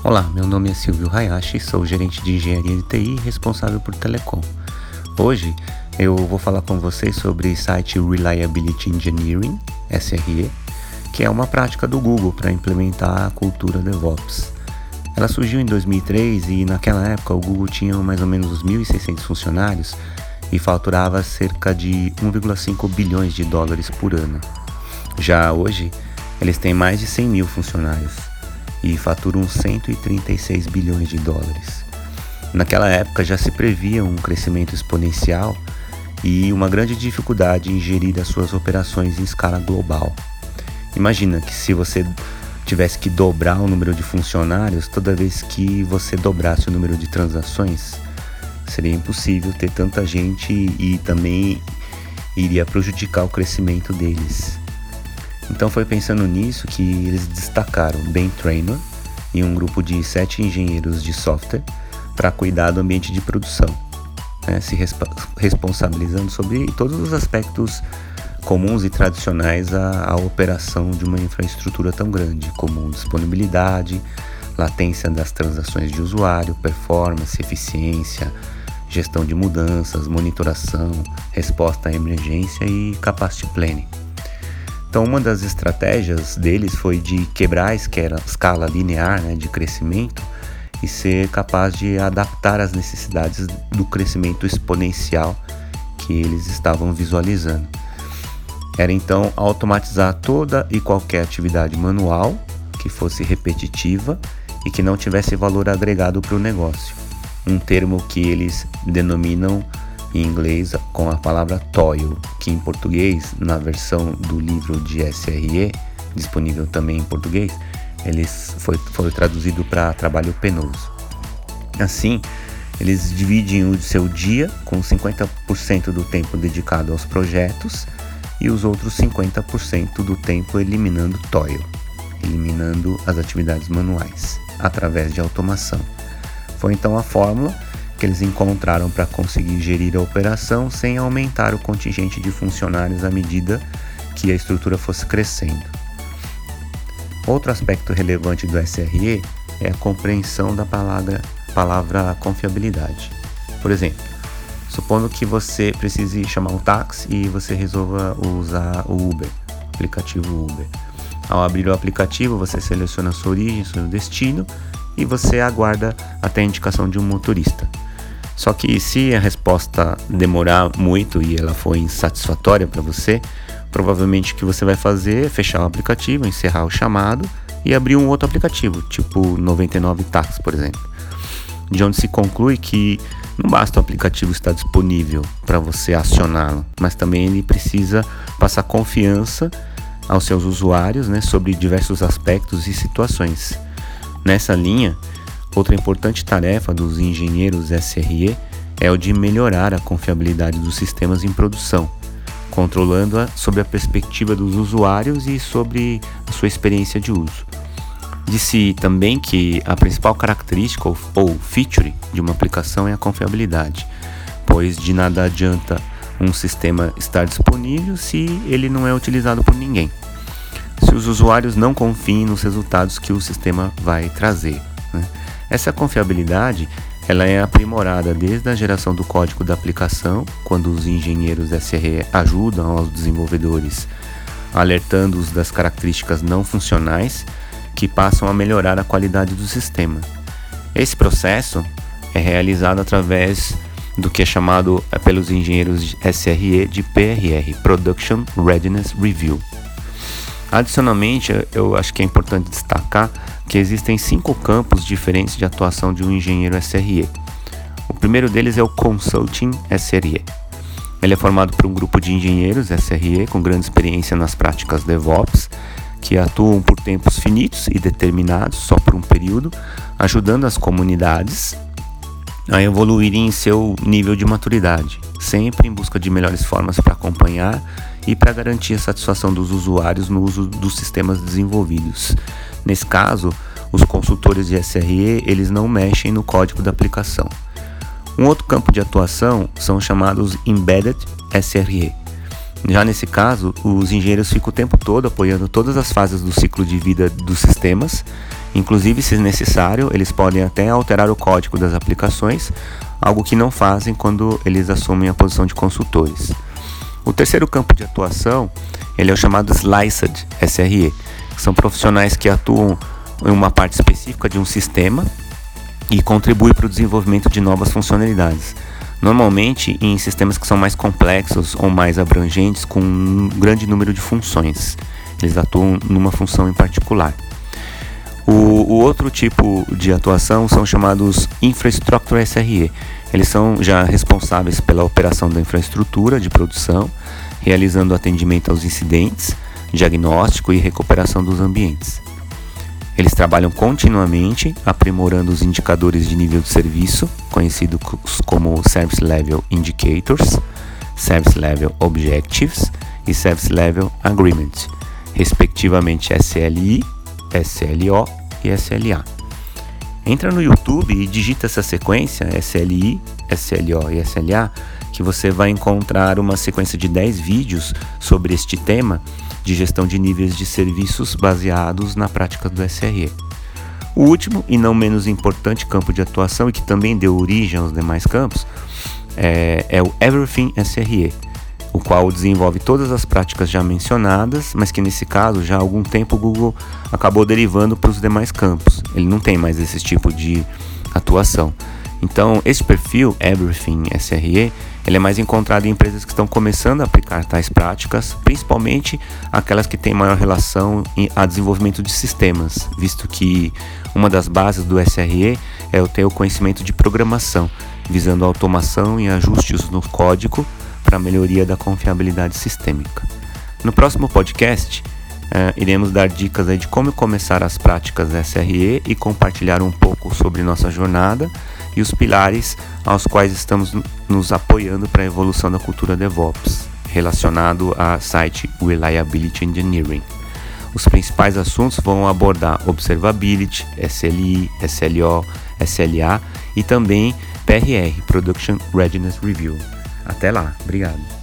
Olá, meu nome é Silvio Hayashi, sou gerente de engenharia de TI responsável por telecom. Hoje eu vou falar com vocês sobre o site Reliability Engineering, SRE, que é uma prática do Google para implementar a cultura DevOps. Ela surgiu em 2003 e naquela época o Google tinha mais ou menos uns 1.600 funcionários e faturava cerca de 1,5 bilhões de dólares por ano. Já hoje, eles têm mais de 100 mil funcionários e faturam 136 bilhões de dólares. Naquela época já se previa um crescimento exponencial e uma grande dificuldade em gerir as suas operações em escala global. Imagina que se você tivesse que dobrar o número de funcionários toda vez que você dobrasse o número de transações, seria impossível ter tanta gente e também iria prejudicar o crescimento deles. Então foi pensando nisso que eles destacaram Ben Traynor e um grupo de 7 engenheiros de software para cuidar do ambiente de produção, se responsabilizando sobre todos os aspectos comuns e tradicionais à operação de uma infraestrutura tão grande, como disponibilidade, latência das transações de usuário, performance, eficiência, gestão de mudanças, monitoração, resposta à emergência e capacity planning. Então, uma das estratégias deles foi de quebrar a escala linear de crescimento e ser capaz de adaptar as necessidades do crescimento exponencial que eles estavam visualizando. Era então automatizar toda e qualquer atividade manual que fosse repetitiva e que não tivesse valor agregado para o negócio. Um termo que eles denominam em inglês com a palavra toil, que em português, na versão do livro de SRE, disponível também em português, foi traduzido para trabalho penoso. Assim, eles dividem o seu dia com 50% do tempo dedicado aos projetos e os outros 50% do tempo eliminando toil, eliminando as atividades manuais, através de automação. Foi então a fórmula que eles encontraram para conseguir gerir a operação sem aumentar o contingente de funcionários à medida que a estrutura fosse crescendo. Outro aspecto relevante do SRE é a compreensão da palavra confiabilidade. Por exemplo, supondo que você precise chamar um táxi e você resolva usar o Uber, o aplicativo Uber. Ao abrir o aplicativo, você seleciona sua origem, seu destino e você aguarda até a indicação de um motorista. Só que se a resposta demorar muito e ela for insatisfatória para você, provavelmente o que você vai fazer é fechar o aplicativo, encerrar o chamado e abrir um outro aplicativo, tipo 99 Táxi, por exemplo. De onde se conclui que não basta o aplicativo estar disponível para você acioná-lo, mas também ele precisa passar confiança aos seus usuários, sobre diversos aspectos e situações. Nessa linha, outra importante tarefa dos engenheiros SRE é o de melhorar a confiabilidade dos sistemas em produção, controlando-a sob a perspectiva dos usuários e sobre a sua experiência de uso. Disse também que a principal característica ou feature de uma aplicação é a confiabilidade, pois de nada adianta um sistema estar disponível se ele não é utilizado por ninguém, se os usuários não confiem nos resultados que o sistema vai trazer. Essa confiabilidade ela é aprimorada desde a geração do código da aplicação, quando os engenheiros SRE ajudam aos desenvolvedores, alertando-os das características não funcionais que passam a melhorar a qualidade do sistema. Esse processo é realizado através do que é chamado pelos engenheiros SRE de PRR, Production Readiness Review. Adicionalmente, eu acho que é importante destacar que existem 5 campos diferentes de atuação de um engenheiro SRE. O primeiro deles é o Consulting SRE. Ele é formado por um grupo de engenheiros SRE com grande experiência nas práticas DevOps, que atuam por tempos finitos e determinados, só por um período, ajudando as comunidades a evoluírem em seu nível de maturidade, sempre em busca de melhores formas para acompanhar e para garantir a satisfação dos usuários no uso dos sistemas desenvolvidos. Nesse caso, os consultores de SRE eles não mexem no código da aplicação. Um outro campo de atuação são chamados Embedded SRE. Já nesse caso, os engenheiros ficam o tempo todo apoiando todas as fases do ciclo de vida dos sistemas, Inclusive, se necessário, eles podem até alterar o código das aplicações, algo que não fazem quando eles assumem a posição de consultores. O terceiro campo de atuação, ele é o chamado Sliced SRE, que são profissionais que atuam em uma parte específica de um sistema e contribuem para o desenvolvimento de novas funcionalidades. Normalmente em sistemas que são mais complexos ou mais abrangentes, com um grande número de funções. Eles atuam numa função em particular. O outro tipo de atuação são chamados Infrastructure SRE. Eles são já responsáveis pela operação da infraestrutura de produção, realizando atendimento aos incidentes, diagnóstico e recuperação dos ambientes. Eles trabalham continuamente aprimorando os indicadores de nível de serviço, conhecidos como Service Level Indicators, Service Level Objectives e Service Level Agreement, respectivamente SLI, SLO e SLA. Entra no YouTube e digita essa sequência SLI, SLO e SLA, que você vai encontrar uma sequência de 10 vídeos sobre este tema de gestão de níveis de serviços baseados na prática do SRE. O último e não menos importante campo de atuação, e que também deu origem aos demais campos, é o Everything SRE, o qual desenvolve todas as práticas já mencionadas, mas que nesse caso já há algum tempo o Google acabou derivando para os demais campos. Ele não tem mais esse tipo de atuação. Então, esse perfil, Everything SRE, ele é mais encontrado em empresas que estão começando a aplicar tais práticas, principalmente aquelas que têm maior relação a desenvolvimento de sistemas, visto que uma das bases do SRE é ter o conhecimento de programação, visando a automação e ajustes no código para a melhoria da confiabilidade sistêmica. No próximo podcast, iremos dar dicas aí de como começar as práticas SRE e compartilhar um pouco sobre nossa jornada e os pilares aos quais estamos nos apoiando para a evolução da cultura DevOps, relacionado a Site Reliability Engineering. Os principais assuntos vão abordar Observability, SLI, SLO, SLA e também PRR, Production Readiness Review. Até lá, obrigado.